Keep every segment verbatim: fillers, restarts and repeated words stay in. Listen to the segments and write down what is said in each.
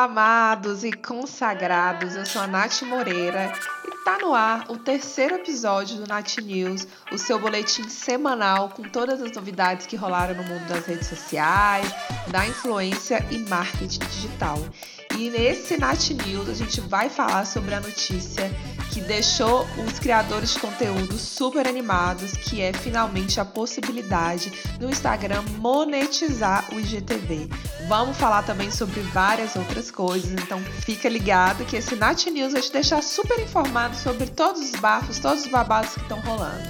Olá, amados e consagrados, eu sou a Nath Moreira e tá no ar o terceiro episódio do Nath News, o seu boletim semanal com todas as novidades que rolaram no mundo das redes sociais, da influência e marketing digital. E nesse Nath News a gente vai falar sobre a notícia que deixou os criadores de conteúdo super animados, que é finalmente a possibilidade no Instagram monetizar o I G T V. Vamos falar também sobre várias outras coisas, então fica ligado que esse Nath News vai te deixar super informado sobre todos os bafos, todos os babados que estão rolando.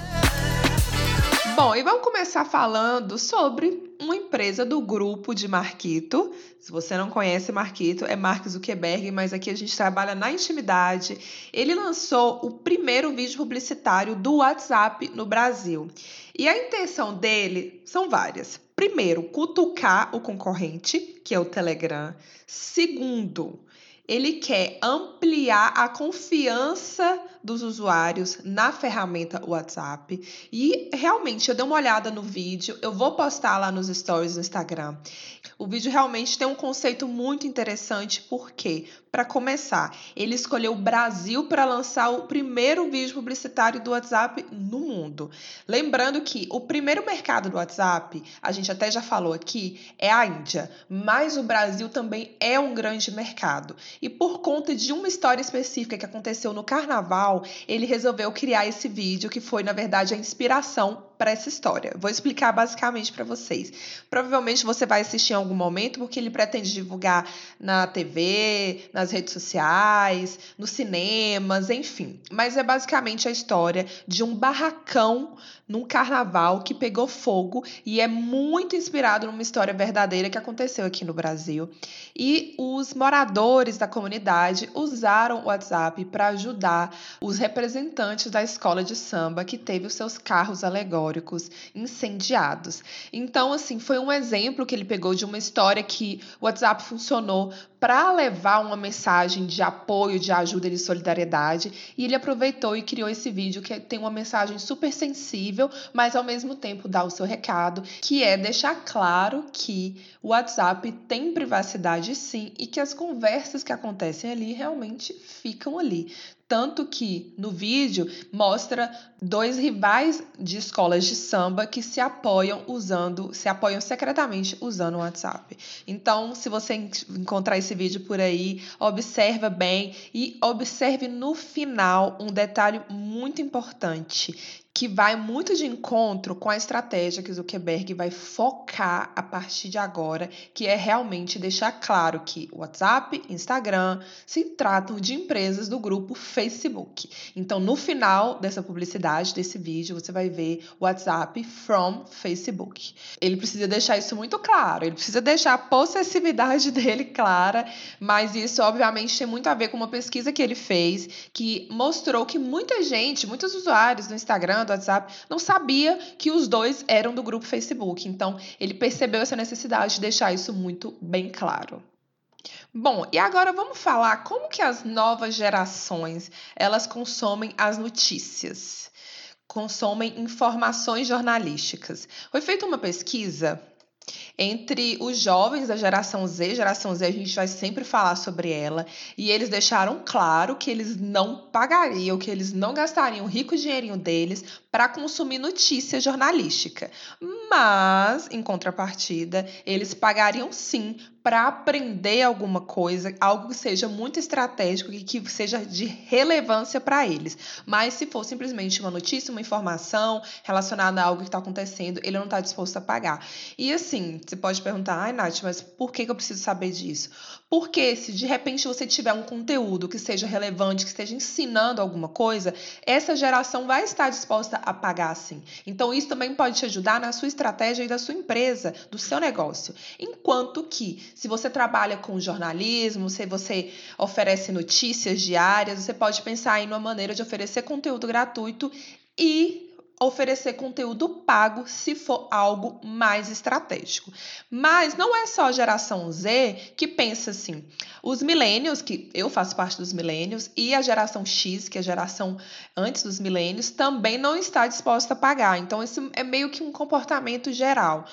Bom, e vamos começar falando sobre uma empresa do grupo de Marquito. Se você não conhece Marquito, é Mark Zuckerberg, mas aqui a gente trabalha na intimidade. Ele lançou o primeiro vídeo publicitário do WhatsApp no Brasil. E a intenção dele são várias. Primeiro, cutucar o concorrente, que é o Telegram. Segundo, ele quer ampliar a confiança dos usuários na ferramenta WhatsApp. E realmente, eu dei uma olhada no vídeo, eu vou postar lá nos stories no Instagram. O vídeo realmente tem um conceito muito interessante, porque, para começar, ele escolheu o Brasil para lançar o primeiro vídeo publicitário do WhatsApp no mundo. Lembrando que o primeiro mercado do WhatsApp, a gente até já falou aqui, é a Índia, mas o Brasil também é um grande mercado. E por conta de uma história específica que aconteceu no Carnaval, ele resolveu criar esse vídeo, que foi, na verdade, a inspiração para essa história. Vou explicar basicamente para vocês. Provavelmente você vai assistir em algum momento, porque ele pretende divulgar na T V, nas redes sociais, nos cinemas, enfim. Mas é basicamente a história de um barracão num carnaval que pegou fogo e é muito inspirado numa história verdadeira que aconteceu aqui no Brasil. E os moradores da comunidade usaram o WhatsApp para ajudar os representantes da escola de samba que teve os seus carros alegóricos incendiados. Então, assim, foi um exemplo que ele pegou de uma história que o WhatsApp funcionou para levar uma mensagem de apoio, de ajuda e de solidariedade, e ele aproveitou e criou esse vídeo que tem uma mensagem super sensível, mas ao mesmo tempo dá o seu recado, que é deixar claro que o WhatsApp tem privacidade sim, e que as conversas que acontecem ali realmente ficam ali. Tanto que no vídeo mostra dois rivais de escolas de samba que se apoiam usando, se apoiam secretamente usando o WhatsApp. Então, se você encontrar esse vídeo por aí, observa bem e observe no final um detalhe muito importante, que vai muito de encontro com a estratégia que o Zuckerberg vai focar a partir de agora, que é realmente deixar claro que o WhatsApp, Instagram, se tratam de empresas do grupo Facebook. Então, no final dessa publicidade, desse vídeo, você vai ver WhatsApp from Facebook. Ele precisa deixar isso muito claro, ele precisa deixar a possessividade dele clara, mas isso, obviamente, tem muito a ver com uma pesquisa que ele fez, que mostrou que muita gente, muitos usuários do Instagram, do WhatsApp, não sabia que os dois eram do grupo Facebook. Então, ele percebeu essa necessidade de deixar isso muito bem claro. Bom, e agora vamos falar como que as novas gerações, elas consomem as notícias, consomem informações jornalísticas. Foi feita uma pesquisa entre os jovens da geração Z, geração Z a gente vai sempre falar sobre ela, e eles deixaram claro que eles não pagariam, que eles não gastariam o rico dinheirinho deles para consumir notícia jornalística. Mas, em contrapartida, eles pagariam sim para aprender alguma coisa, algo que seja muito estratégico e que seja de relevância para eles. Mas se for simplesmente uma notícia, uma informação relacionada a algo que está acontecendo, ele não está disposto a pagar. E assim, você pode perguntar, ai Nath, mas por que, que eu preciso saber disso? Porque se de repente você tiver um conteúdo que seja relevante, que esteja ensinando alguma coisa, essa geração vai estar disposta a pagar sim. Então isso também pode te ajudar na sua estratégia e da sua empresa, do seu negócio. Enquanto que, se você trabalha com jornalismo, se você oferece notícias diárias, você pode pensar em uma maneira de oferecer conteúdo gratuito e oferecer conteúdo pago se for algo mais estratégico. Mas não é só a geração Z que pensa assim. Os millennials, que eu faço parte dos millennials, e a geração X, que é a geração antes dos millennials, também não está disposta a pagar. Então, esse é meio que um comportamento geral.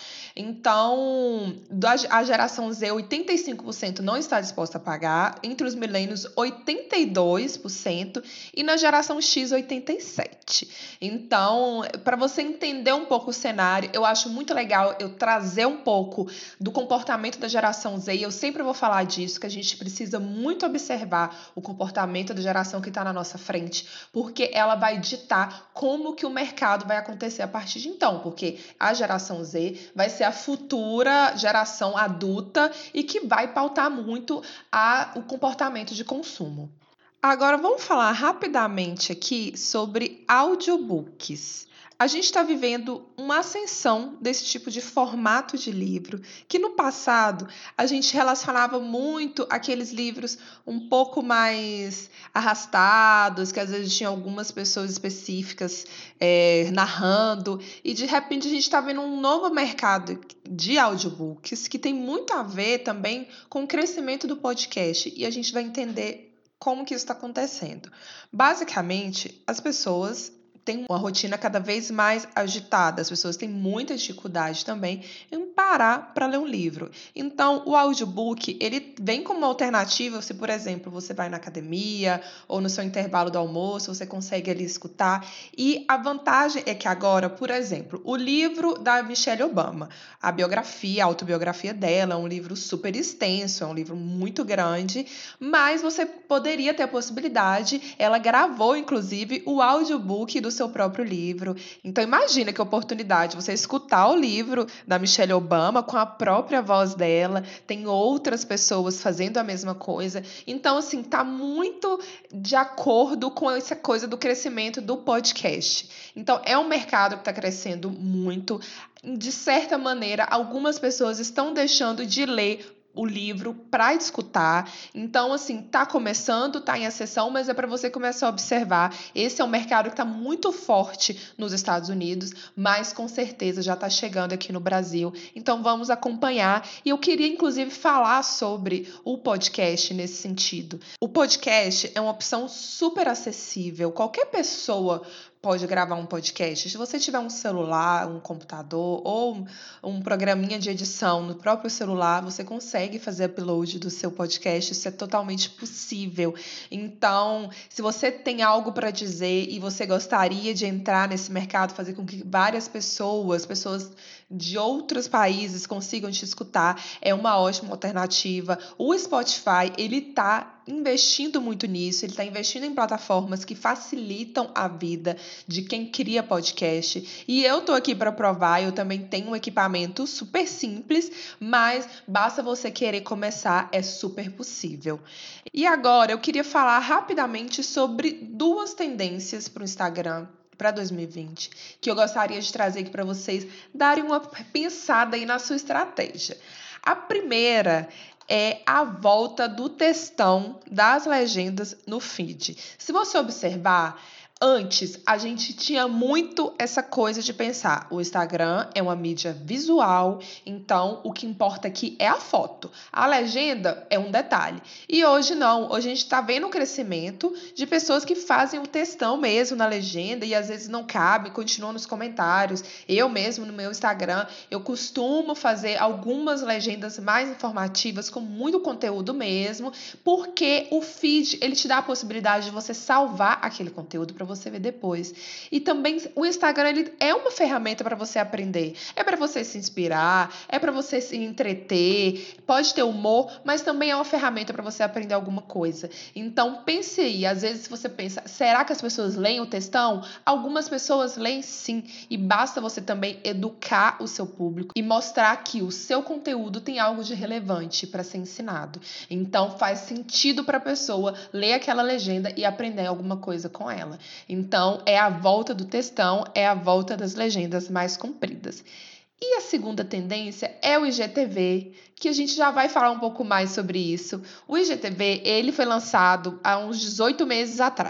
Então, a geração Z, oitenta e cinco por cento não está disposta a pagar, entre os millennials, oitenta e dois por cento, e na geração X, oitenta e sete por cento. Então, para você entender um pouco o cenário, eu acho muito legal eu trazer um pouco do comportamento da geração Z, e eu sempre vou falar disso, que a gente precisa muito observar o comportamento da geração que está na nossa frente, porque ela vai ditar como que o mercado vai acontecer a partir de então, porque a geração Z vai ser a futura geração adulta e que vai pautar muito a, o comportamento de consumo. Agora vamos falar rapidamente aqui sobre audiobooks. A gente está vivendo uma ascensão desse tipo de formato de livro, que no passado a gente relacionava muito aqueles livros um pouco mais arrastados, que às vezes tinha algumas pessoas específicas é, narrando, e de repente a gente está vendo um novo mercado de audiobooks que tem muito a ver também com o crescimento do podcast, e a gente vai entender como que isso está acontecendo. Basicamente, as pessoas têm uma rotina cada vez mais agitada, as pessoas têm muita dificuldade também em parar para ler um livro. Então, o audiobook, ele vem como uma alternativa se, por exemplo, você vai na academia ou no seu intervalo do almoço, você consegue ali escutar. E a vantagem é que agora, por exemplo, o livro da Michelle Obama, a biografia, a autobiografia dela, é um livro super extenso, é um livro muito grande, mas você poderia ter a possibilidade, ela gravou, inclusive, o audiobook do seu próprio livro. Então, imagina que oportunidade você escutar o livro da Michelle Obama com a própria voz dela, tem outras pessoas fazendo a mesma coisa. Então, assim, tá muito de acordo com essa coisa do crescimento do podcast. Então, é um mercado que está crescendo muito. De certa maneira, algumas pessoas estão deixando de ler o livro para escutar. Então, assim, tá começando, tá em ascensão, mas é para você começar a observar. Esse é um mercado que está muito forte nos Estados Unidos, mas com certeza já está chegando aqui no Brasil. Então, vamos acompanhar. E eu queria, inclusive, falar sobre o podcast nesse sentido. O podcast é uma opção super acessível. Qualquer pessoa pode gravar um podcast. Se você tiver um celular, um computador ou um programinha de edição no próprio celular, você consegue fazer upload do seu podcast. Isso é totalmente possível. Então, se você tem algo para dizer e você gostaria de entrar nesse mercado, fazer com que várias pessoas, pessoas de outros países consigam te escutar, é uma ótima alternativa. O Spotify, ele tá investindo muito nisso, ele está investindo em plataformas que facilitam a vida de quem cria podcast. E eu tô aqui para provar, eu também tenho um equipamento super simples, mas basta você querer começar, é super possível. E agora eu queria falar rapidamente sobre duas tendências para o Instagram para dois mil e vinte, que eu gostaria de trazer aqui para vocês darem uma pensada aí na sua estratégia. A primeira é a volta do textão das legendas no feed. Se você observar, antes a gente tinha muito essa coisa de pensar, o Instagram é uma mídia visual, então o que importa aqui é a foto. A legenda é um detalhe. E hoje não, hoje a gente está vendo o crescimento de pessoas que fazem o textão mesmo na legenda e às vezes não cabe, continuam nos comentários. Eu mesmo no meu Instagram, eu costumo fazer algumas legendas mais informativas com muito conteúdo mesmo, porque o feed, ele te dá a possibilidade de você salvar aquele conteúdo para você ver depois. E também o Instagram, ele é uma ferramenta para você aprender. É para você se inspirar, é para você se entreter, pode ter humor, mas também é uma ferramenta para você aprender alguma coisa. Então, pense aí, às vezes você pensa, será que as pessoas leem o textão? Algumas pessoas leem sim, e basta você também educar o seu público e mostrar que o seu conteúdo tem algo de relevante para ser ensinado. Então, faz sentido para a pessoa ler aquela legenda e aprender alguma coisa com ela. Então, é a volta do textão, é a volta das legendas mais compridas. E a segunda tendência é o I G T V, que a gente já vai falar um pouco mais sobre isso. O I G T V, ele foi lançado há uns dezoito meses atrás.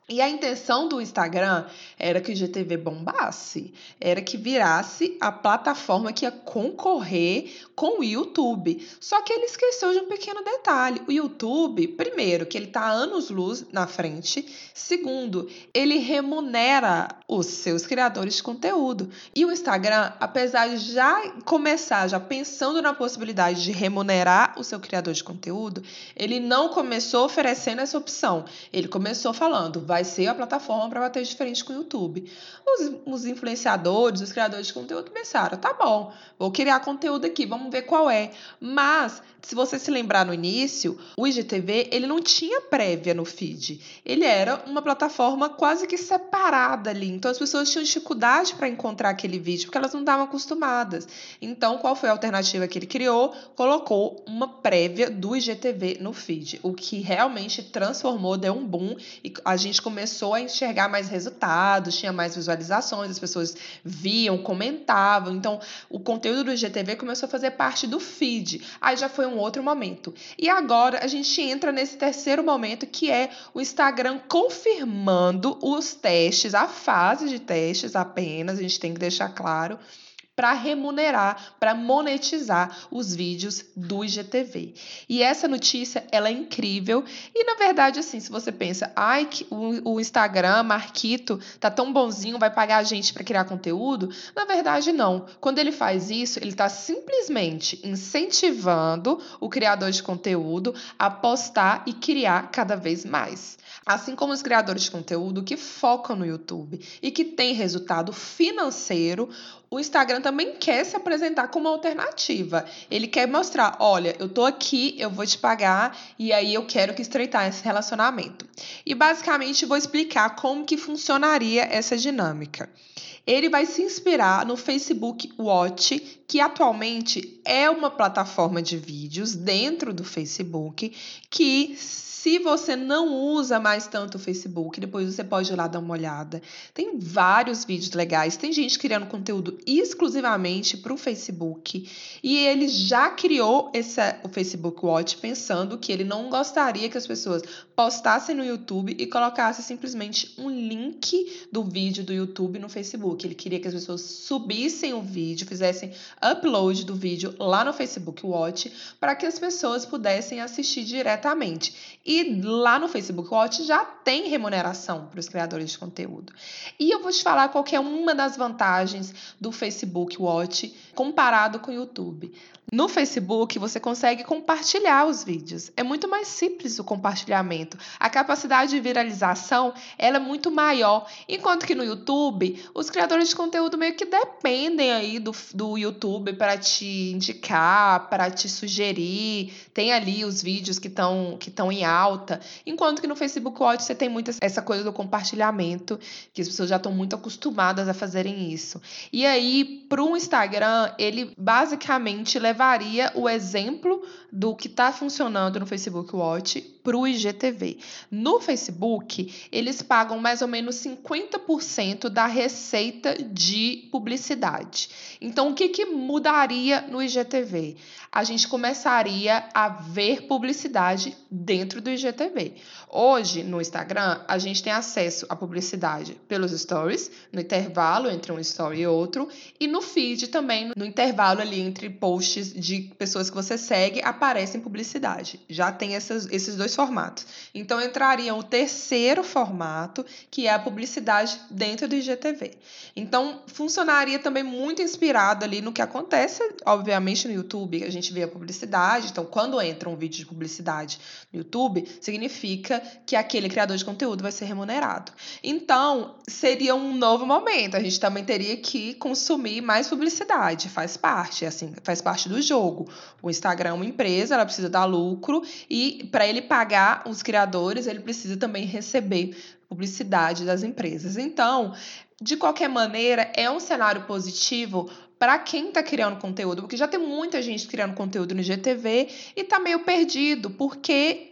E a intenção do Instagram era que o I G T V bombasse, era que virasse a plataforma que ia concorrer com o YouTube. Só que ele esqueceu de um pequeno detalhe. O YouTube, primeiro, que ele está anos-luz na frente. Segundo, ele remunera os seus criadores de conteúdo. E o Instagram, apesar de já começar, já pensando na possibilidade de remunerar o seu criador de conteúdo, ele não começou oferecendo essa opção. Ele começou falando, vai ser a plataforma para bater de frente com o YouTube. Os, os influenciadores, os criadores de conteúdo pensaram, tá bom, vou criar conteúdo aqui, vamos ver qual é. Mas, se você se lembrar no início, o I G T V, ele não tinha prévia no feed. Ele era uma plataforma quase que separada ali. Então, as pessoas tinham dificuldade para encontrar aquele vídeo, porque elas não estavam acostumadas. Então, qual foi a alternativa que ele criou? Colocou uma prévia do I G T V no feed, o que realmente transformou, deu um boom, e a gente começou a enxergar mais resultados, tinha mais visualizações, as pessoas viam, comentavam. Então, o conteúdo do I G T V começou a fazer parte do feed. Aí já foi um outro momento. E agora a gente entra nesse terceiro momento, que é o Instagram confirmando os testes, a fase de testes apenas, a gente tem que deixar claro, para remunerar, para monetizar os vídeos do I G T V. E essa notícia, ela é incrível. E, na verdade, assim, se você pensa, ai, que o, o Instagram, Marquito, tá tão bonzinho, vai pagar a gente para criar conteúdo? Na verdade, não. Quando ele faz isso, ele está simplesmente incentivando o criador de conteúdo a postar e criar cada vez mais. Assim como os criadores de conteúdo que focam no YouTube e que têm resultado financeiro, o Instagram também quer se apresentar como uma alternativa. Ele quer mostrar, olha, eu tô aqui, eu vou te pagar e aí eu quero que estreitar esse relacionamento. E basicamente vou explicar como que funcionaria essa dinâmica. Ele vai se inspirar no Facebook Watch, que atualmente é uma plataforma de vídeos dentro do Facebook, que se você não usa mais tanto o Facebook, depois você pode ir lá dar uma olhada. Tem vários vídeos legais, tem gente criando conteúdo exclusivamente para o Facebook, e ele já criou esse, o Facebook Watch pensando que ele não gostaria que as pessoas postassem no YouTube e colocassem simplesmente um link do vídeo do YouTube no Facebook. Ele queria que as pessoas subissem o vídeo, fizessem upload do vídeo lá no Facebook Watch, para que as pessoas pudessem assistir diretamente. E lá no Facebook Watch já tem remuneração para os criadores de conteúdo. E eu vou te falar qual que é uma das vantagens do Facebook Watch comparado com o YouTube. No Facebook, você consegue compartilhar os vídeos. É muito mais simples o compartilhamento. A capacidade de viralização, ela é muito maior. Enquanto que no YouTube, os criadores de conteúdo meio que dependem aí do, do YouTube para te indicar, para te sugerir. Tem ali os vídeos que estão que estão em alta. Enquanto que no Facebook Watch você tem muito essa coisa do compartilhamento, que as pessoas já estão muito acostumadas a fazerem isso. E aí, para o Instagram, ele basicamente levaria o exemplo do que está funcionando no Facebook Watch para o I G T V. No Facebook, eles pagam mais ou menos cinquenta por cento da receita de publicidade. Então, o que, que mudaria no I G T V? A gente começaria a ver publicidade dentro do I G T V. Hoje, no Instagram, a gente tem acesso à publicidade pelos stories, no intervalo entre um story e outro, e no feed também, no intervalo ali entre posts de pessoas que você segue, aparecem publicidade. Já tem essas, esses dois formatos. Então, entraria o terceiro formato, que é a publicidade dentro do I G T V. Então, funcionaria também muito inspirado ali no que acontece, obviamente, no YouTube. A gente vê a publicidade. Então, quando entra um vídeo de publicidade no YouTube, significa que aquele criador de conteúdo vai ser remunerado. Então, seria um novo momento. A gente também teria que consumir mais publicidade. Faz parte, assim, faz parte do jogo. O Instagram é uma empresa, ela precisa dar lucro e para ele pagar os criadores, ele precisa também receber publicidade das empresas. Então, de qualquer maneira, é um cenário positivo para quem está criando conteúdo, porque já tem muita gente criando conteúdo no I G T V e está meio perdido, porque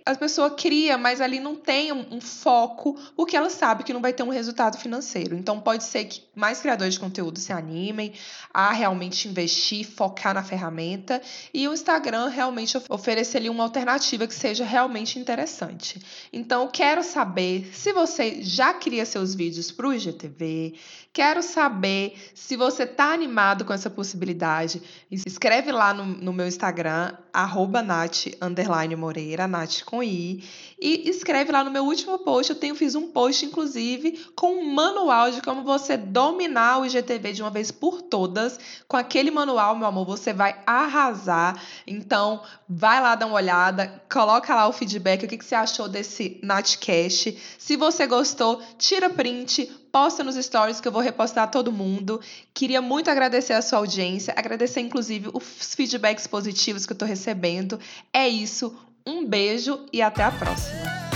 a pessoa cria, mas ali não tem um, um foco, porque ela sabe que não vai ter um resultado financeiro. Então, pode ser que mais criadores de conteúdo se animem a realmente investir, focar na ferramenta, e o Instagram realmente oferecer ali uma alternativa que seja realmente interessante. Então, quero saber se você já cria seus vídeos para o I G T V, quero saber se você está animado com essa possibilidade. Escreve lá no, no meu Instagram, arroba Nath, underline Moreira, Nath com I, e escreve lá no meu último post. Eu tenho, fiz um post, inclusive, com um manual de como você dominar o I G T V de uma vez por todas. Com aquele manual, meu amor, você vai arrasar. Então, vai lá dar uma olhada, coloca lá o feedback, o que, que você achou desse Nathcast. Se você gostou, tira print, posta nos stories que eu vou repostar todo mundo. Queria muito agradecer a sua audiência, agradecer inclusive os feedbacks positivos que eu tô recebendo. É isso, um beijo e até a próxima.